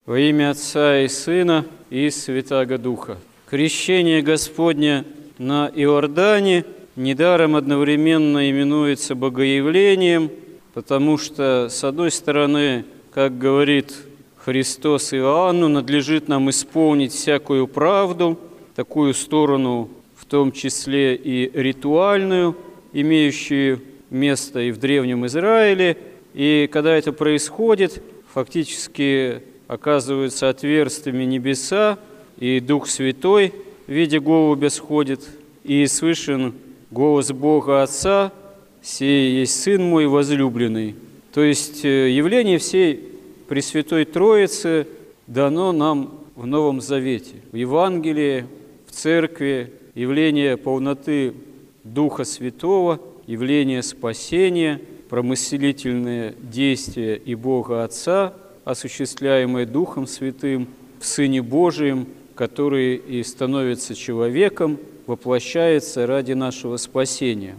Во имя Отца и Сына и Святаго Духа. Крещение Господне на Иордане недаром одновременно именуется богоявлением, потому что, с одной стороны, как говорит Христос Иоанну, надлежит нам исполнить всякую правду, такую сторону, в том числе и ритуальную, имеющую место и в Древнем Израиле. И когда это происходит, фактически оказываются отверстиями небеса, и Дух Святой в виде голубя сходит, и слышен голос Бога Отца: «Сей есть Сын мой возлюбленный». То есть явление всей Пресвятой Троицы дано нам в Новом Завете, в Евангелии, в Церкви, явление полноты Духа Святого, явление спасения, промыслительные действия и Бога Отца, осуществляемые Духом Святым в Сыне Божием, который и становится человеком, воплощается ради нашего спасения.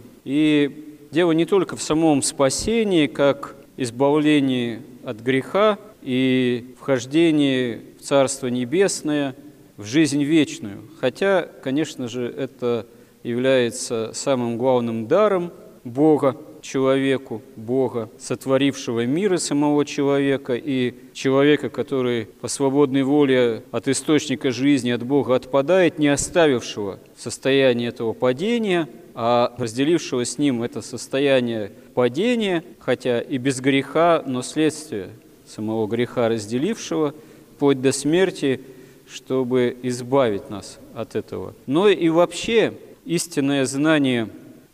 И дело не только в самом спасении, как избавлении от греха и вхождении в Царство Небесное, в жизнь вечную. Хотя, конечно же, это является самым главным даром Бога человеку, Бога, сотворившего мир и самого человека, и человека, который по свободной воле от источника жизни, от Бога отпадает, не оставившего состояние этого падения, а разделившего с ним это состояние падения, хотя и без греха, но следствие самого греха разделившего, вплоть до смерти, чтобы избавить нас от этого. Но и вообще истинное знание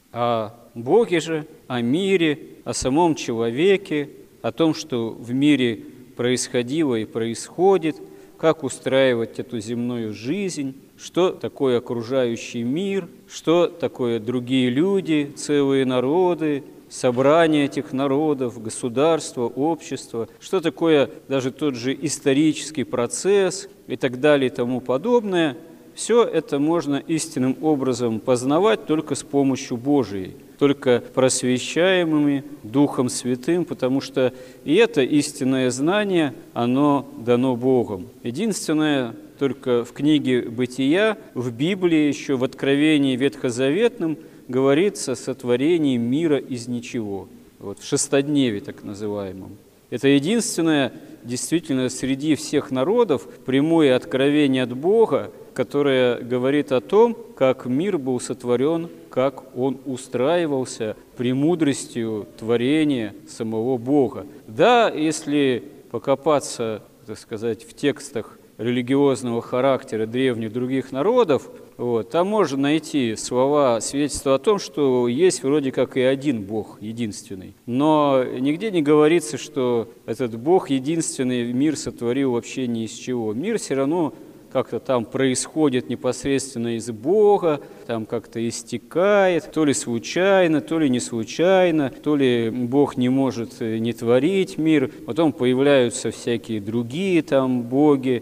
о Боге же, о мире, о самом человеке, о том, что в мире происходило и происходит, как устраивать эту земную жизнь, что такое окружающий мир, что такое другие люди, целые народы, собрание этих народов, государство, общество, что такое даже тот же исторический процесс и так далее и тому подобное. Все это можно истинным образом познавать только с помощью Божией, только просвещаемыми Духом Святым, потому что и это истинное знание, оно дано Богом. Единственное, только в книге «Бытия», в Библии, еще в Откровении Ветхозаветном, говорится о сотворении мира из ничего, вот в шестодневе так называемом. Это единственное, действительно, среди всех народов прямое откровение от Бога, которое говорит о том, как мир был сотворен, как он устраивался премудростью творения самого Бога. Да, если покопаться, так сказать, в текстах религиозного характера древних других народов, там можно найти слова, свидетельства о том, что есть вроде как и один Бог, единственный. Но нигде не говорится, что этот Бог единственный мир сотворил вообще ни из чего. Мир все равно как-то там происходит непосредственно из Бога, там как-то истекает, то ли случайно, то ли не случайно, то ли Бог не может не творить мир, потом появляются всякие другие там боги,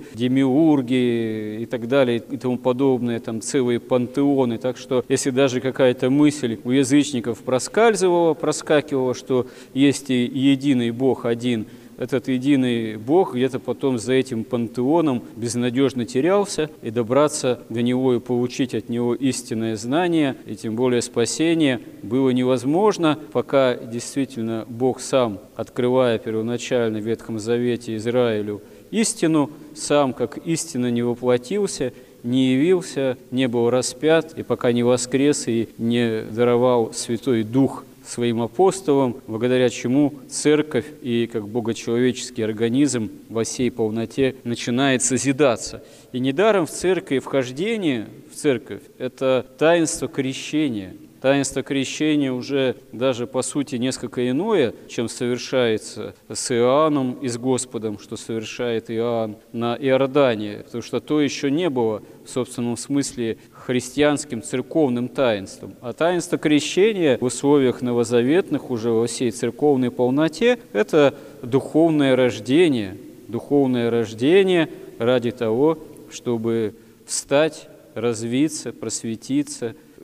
демиурги и так далее и тому подобное, там целые пантеоны. Так что если даже какая-то мысль у язычников проскакивала, что есть и единый Бог один, этот единый Бог где-то потом за этим пантеоном безнадежно терялся, и добраться до Него и получить от Него истинное знание, и тем более спасение, было невозможно, пока действительно Бог сам, открывая первоначально в Ветхом Завете Израилю истину, сам как истина не воплотился, не явился, не был распят, и пока не воскрес и не даровал Святой Дух своим апостолам, благодаря чему Церковь и как богочеловеческий организм во всей полноте начинает созидаться. И недаром в Церкви вхождение в Церковь – это таинство крещения. Таинство крещения уже даже по сути несколько иное, чем совершается с Иоанном и с Господом, что совершает Иоанн на Иордане, потому что то еще не было в собственном смысле христианским церковным таинством. А таинство крещения в условиях новозаветных, уже во всей церковной полноте, это духовное рождение ради того, чтобы встать, развиться, просветиться,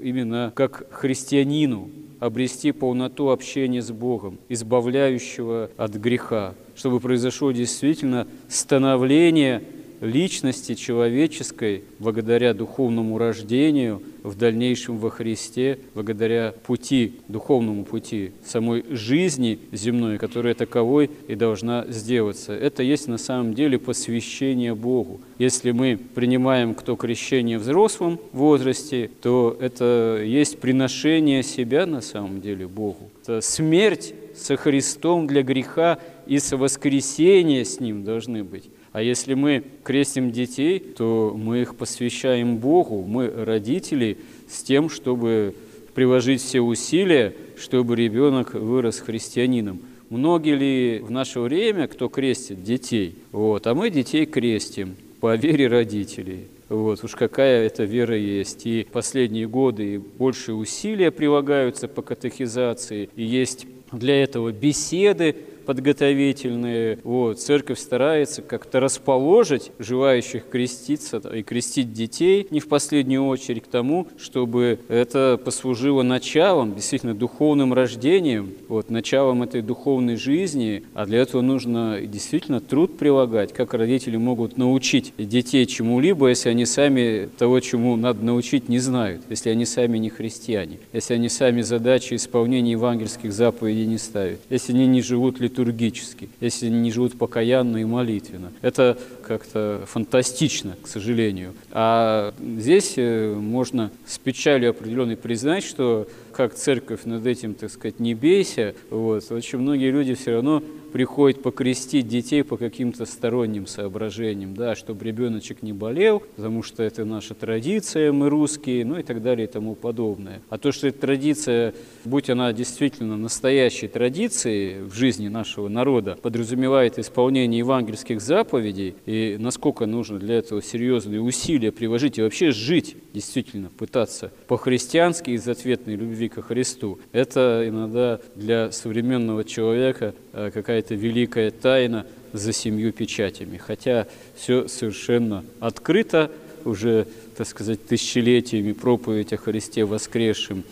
именно как христианину обрести полноту общения с Богом, избавляющего от греха, чтобы произошло действительно становление личности человеческой благодаря духовному рождению, в дальнейшем во Христе, благодаря пути, духовному пути, самой жизни земной, которая таковой и должна сделаться. Это есть на самом деле посвящение Богу. Если мы принимаем кто крещение в взрослом возрасте, то это есть приношение себя на самом деле Богу. Это смерть со Христом для греха и совоскресение с Ним должны быть. А если мы крестим детей, то мы их посвящаем Богу, мы родители, с тем, чтобы приложить все усилия, чтобы ребенок вырос христианином. Многие ли в наше время, кто крестит детей? А мы детей крестим по вере родителей. Уж какая это вера есть. И последние годы большие усилия прилагаются по катехизации, и есть для этого беседы подготовительные. Церковь старается как-то расположить желающих креститься и крестить детей, не в последнюю очередь к тому, чтобы это послужило началом, действительно духовным рождением, началом этой духовной жизни. А для этого нужно действительно труд прилагать. Как родители могут научить детей чему-либо, если они сами того, чему надо научить, не знают, если они сами не христиане, если они сами задачи исполнения евангельских заповедей не ставят, если они не живут литургически, если они не живут покаянно и молитвенно. Это как-то фантастично, к сожалению. А здесь можно с печалью определенной признать, что как церковь над этим, так сказать, не бейся, очень многие люди все равно приходят покрестить детей по каким-то сторонним соображениям, чтобы ребеночек не болел, потому что это наша традиция, мы русские, и так далее и тому подобное. А то, что эта традиция, будь она действительно настоящей традицией в жизни нашего народа, подразумевает исполнение евангельских заповедей, и насколько нужно для этого серьезные усилия приложить и вообще жить, действительно пытаться по-христиански из ответной любви ко Христу, это иногда для современного человека какая-то великая тайна за 7 печатями. Хотя все совершенно открыто, уже, так сказать, тысячелетиями проповедь о Христе воскресшем.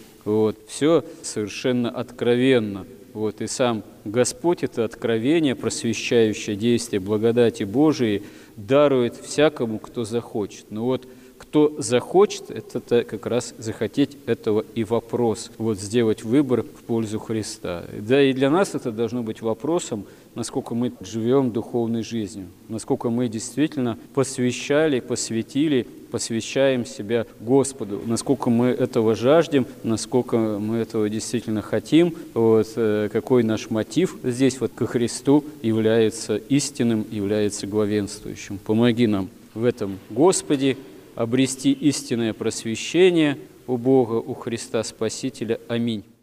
Все совершенно откровенно. И сам Господь это откровение, просвещающее действие благодати Божией, дарует всякому, кто захочет. Кто захочет, это как раз захотеть этого и вопрос. Сделать выбор в пользу Христа. Да и для нас это должно быть вопросом, насколько мы живем духовной жизнью, насколько мы действительно посвящаем себя Господу, насколько мы этого жаждем, насколько мы этого действительно хотим, какой наш мотив здесь ко Христу является истинным, является главенствующим. Помоги нам в этом, Господи, обрести истинное просвещение у Бога, у Христа Спасителя. Аминь.